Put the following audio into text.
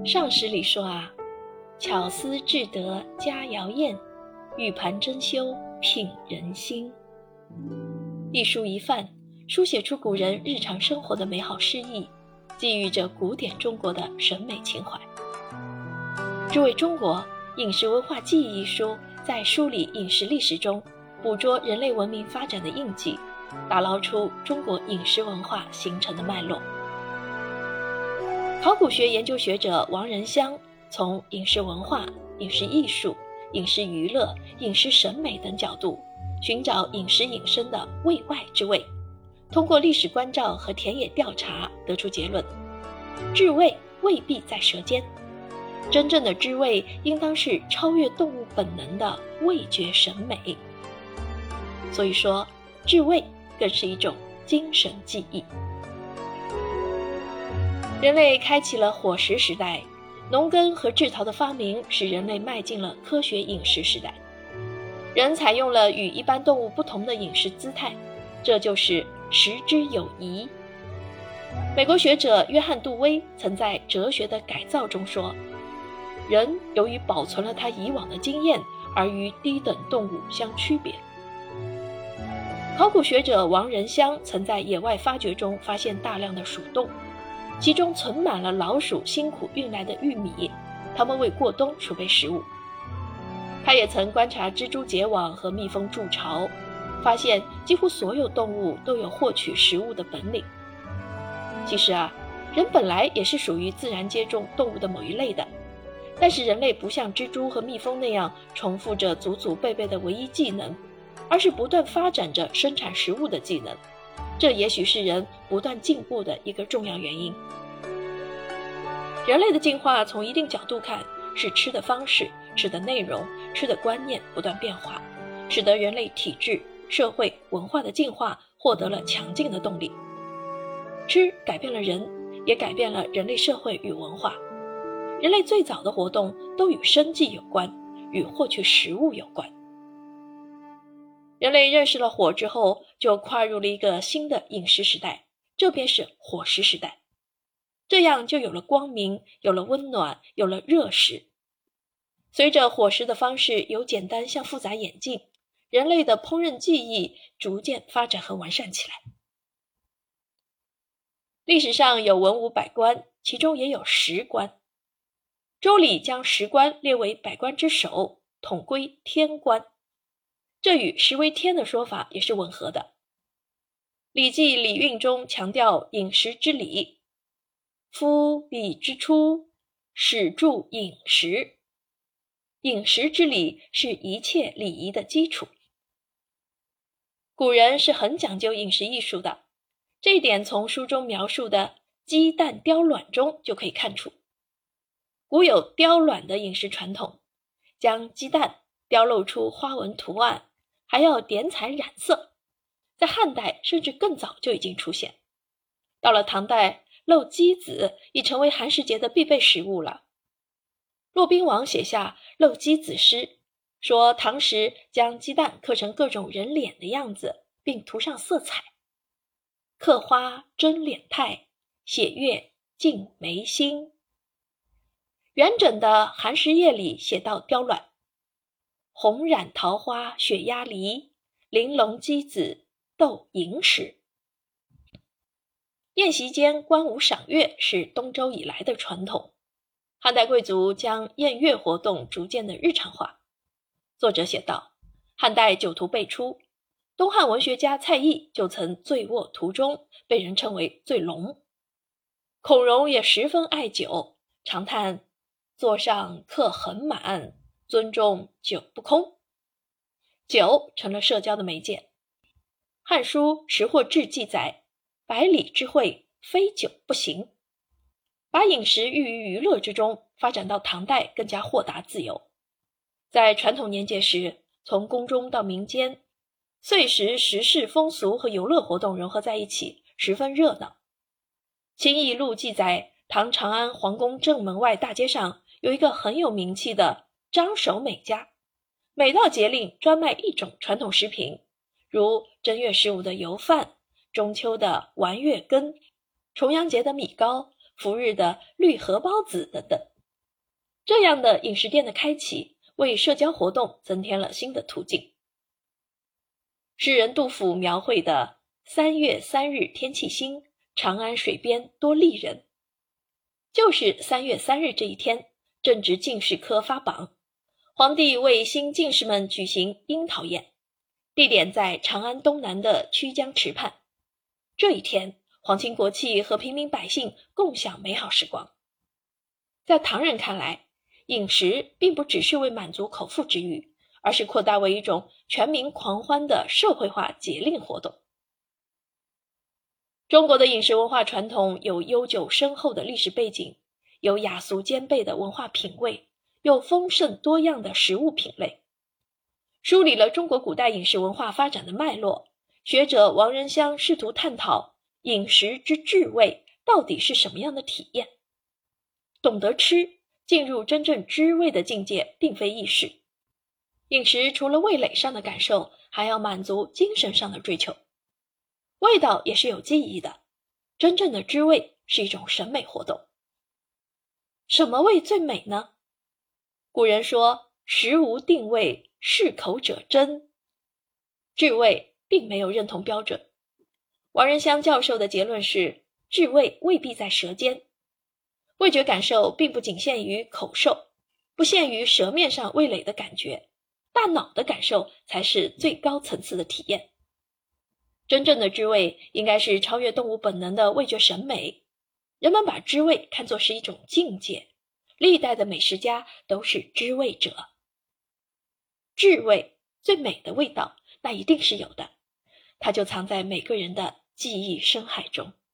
上诗里说啊，巧思智得佳肴宴，玉盘珍羞品人心。一书一范，书写出古人日常生活的美好诗意，寄予着古典中国的审美情怀。诸位中国饮食文化记忆一书在梳理饮食历史中捕捉人类文明发展的印记，打捞出中国饮食文化形成的脉络。考古学研究学者王仁香从饮食文化、饮食艺术、饮食娱乐、饮食审美等角度寻找饮食引申的味外之味，通过历史关照和田野调查得出结论：至味未必在舌尖，真正的知味应当是超越动物本能的味觉审美。所以说，至味更是一种精神记忆。人类开启了伙食时代，农耕和制陶的发明使人类迈进了科学饮食时代。人采用了与一般动物不同的饮食姿态，这就是食之有宜。美国学者约翰·杜威曾在《哲学的改造》中说，人由于保存了他以往的经验，而与低等动物相区别。考古学者王仁香曾在野外发掘中发现大量的鼠洞，其中存满了老鼠辛苦运来的玉米，它们为过冬储备食物。他也曾观察蜘蛛结网和蜜蜂筑巢，发现几乎所有动物都有获取食物的本领。其实啊，人本来也是属于自然界中动物的某一类的，但是人类不像蜘蛛和蜜蜂那样重复着祖祖辈辈的唯一技能，而是不断发展着生产食物的技能，这也许是人不断进步的一个重要原因。人类的进化从一定角度看，是吃的方式、吃的内容、吃的观念不断变化，使得人类体制、社会、文化的进化获得了强劲的动力。吃改变了人，也改变了人类社会与文化。人类最早的活动都与生计有关，与获取食物有关。人类认识了火之后，就跨入了一个新的饮食时代，这便是伙食时代。这样就有了光明，有了温暖，有了热食。随着伙食的方式由简单向复杂演进，人类的烹饪技艺逐渐发展和完善起来。历史上有文武百官，其中也有食官。周礼将食官列为百官之首，统归天官，这与食为天的说法也是吻合的。礼记礼运中强调饮食之礼，夫礼之初，始著饮食。饮食之礼是一切礼仪的基础。古人是很讲究饮食艺术的，这一点从书中描述的鸡蛋雕卵中就可以看出。古有雕卵的饮食传统，将鸡蛋雕镂出花纹图案，还要点彩染色，在汉代甚至更早就已经出现。到了唐代，镂鸡子已成为寒食节的必备食物了。骆宾王写下镂鸡子诗，说唐时将鸡蛋刻成各种人脸的样子，并涂上色彩，刻花真脸态，写月尽眉心。元稹的寒食夜里写到雕卵，红染桃花雪鸭梨，玲珑鸡子斗萤石。宴席间观舞赏月是东周以来的传统，汉代贵族将宴乐活动逐渐的日常化。作者写道，汉代酒徒辈出，东汉文学家蔡邕就曾醉卧途中，被人称为醉龙。孔融也十分爱酒，常叹座上客很满，樽中酒不空。酒成了社交的媒介。汉书识货志记载，百里之会，非酒不行。把饮食寓于娱乐之中，发展到唐代更加豁达自由。在传统年节时，从宫中到民间，岁时时事风俗和游乐活动融合在一起，十分热闹。清异录记载，唐长安皇宫正门外大街上有一个很有名气的张守美家，每到节令专卖一种传统食品，如正月15的油饭，中秋的丸月羹，重阳节的米糕，伏日的绿荷包子等等。 这样的饮食店的开启，为社交活动增添了新的途径。诗人杜甫描绘的3月3日天气新，长安水边多丽人，就是3月3日这一天，正值进士科发榜，皇帝为新进士们举行樱桃宴，地点在长安东南的曲江池畔。这一天，皇亲国戚和平民百姓共享美好时光。在唐人看来，饮食并不只是为满足口腹之欲，而是扩大为一种全民狂欢的社会化节令活动。中国的饮食文化传统有悠久深厚的历史背景，有雅俗兼备的文化品味，有丰盛多样的食物品类。梳理了中国古代饮食文化发展的脉络，学者王仁香试图探讨饮食之至味到底是什么样的体验。懂得吃，进入真正知味的境界并非易事。饮食除了味蕾上的感受，还要满足精神上的追求。味道也是有记忆的，真正的知味是一种审美活动。什么味最美呢？古人说，食无定味，适口者真。至味并没有认同标准。王仁香教授的结论是，至味未必在舌尖。味觉感受并不仅限于口受，不限于舌面上味蕾的感觉，大脑的感受才是最高层次的体验。真正的知味应该是超越动物本能的味觉审美。人们把知味看作是一种境界，历代的美食家都是知味者。至味，最美的味道，那一定是有的，它就藏在每个人的记忆深海中。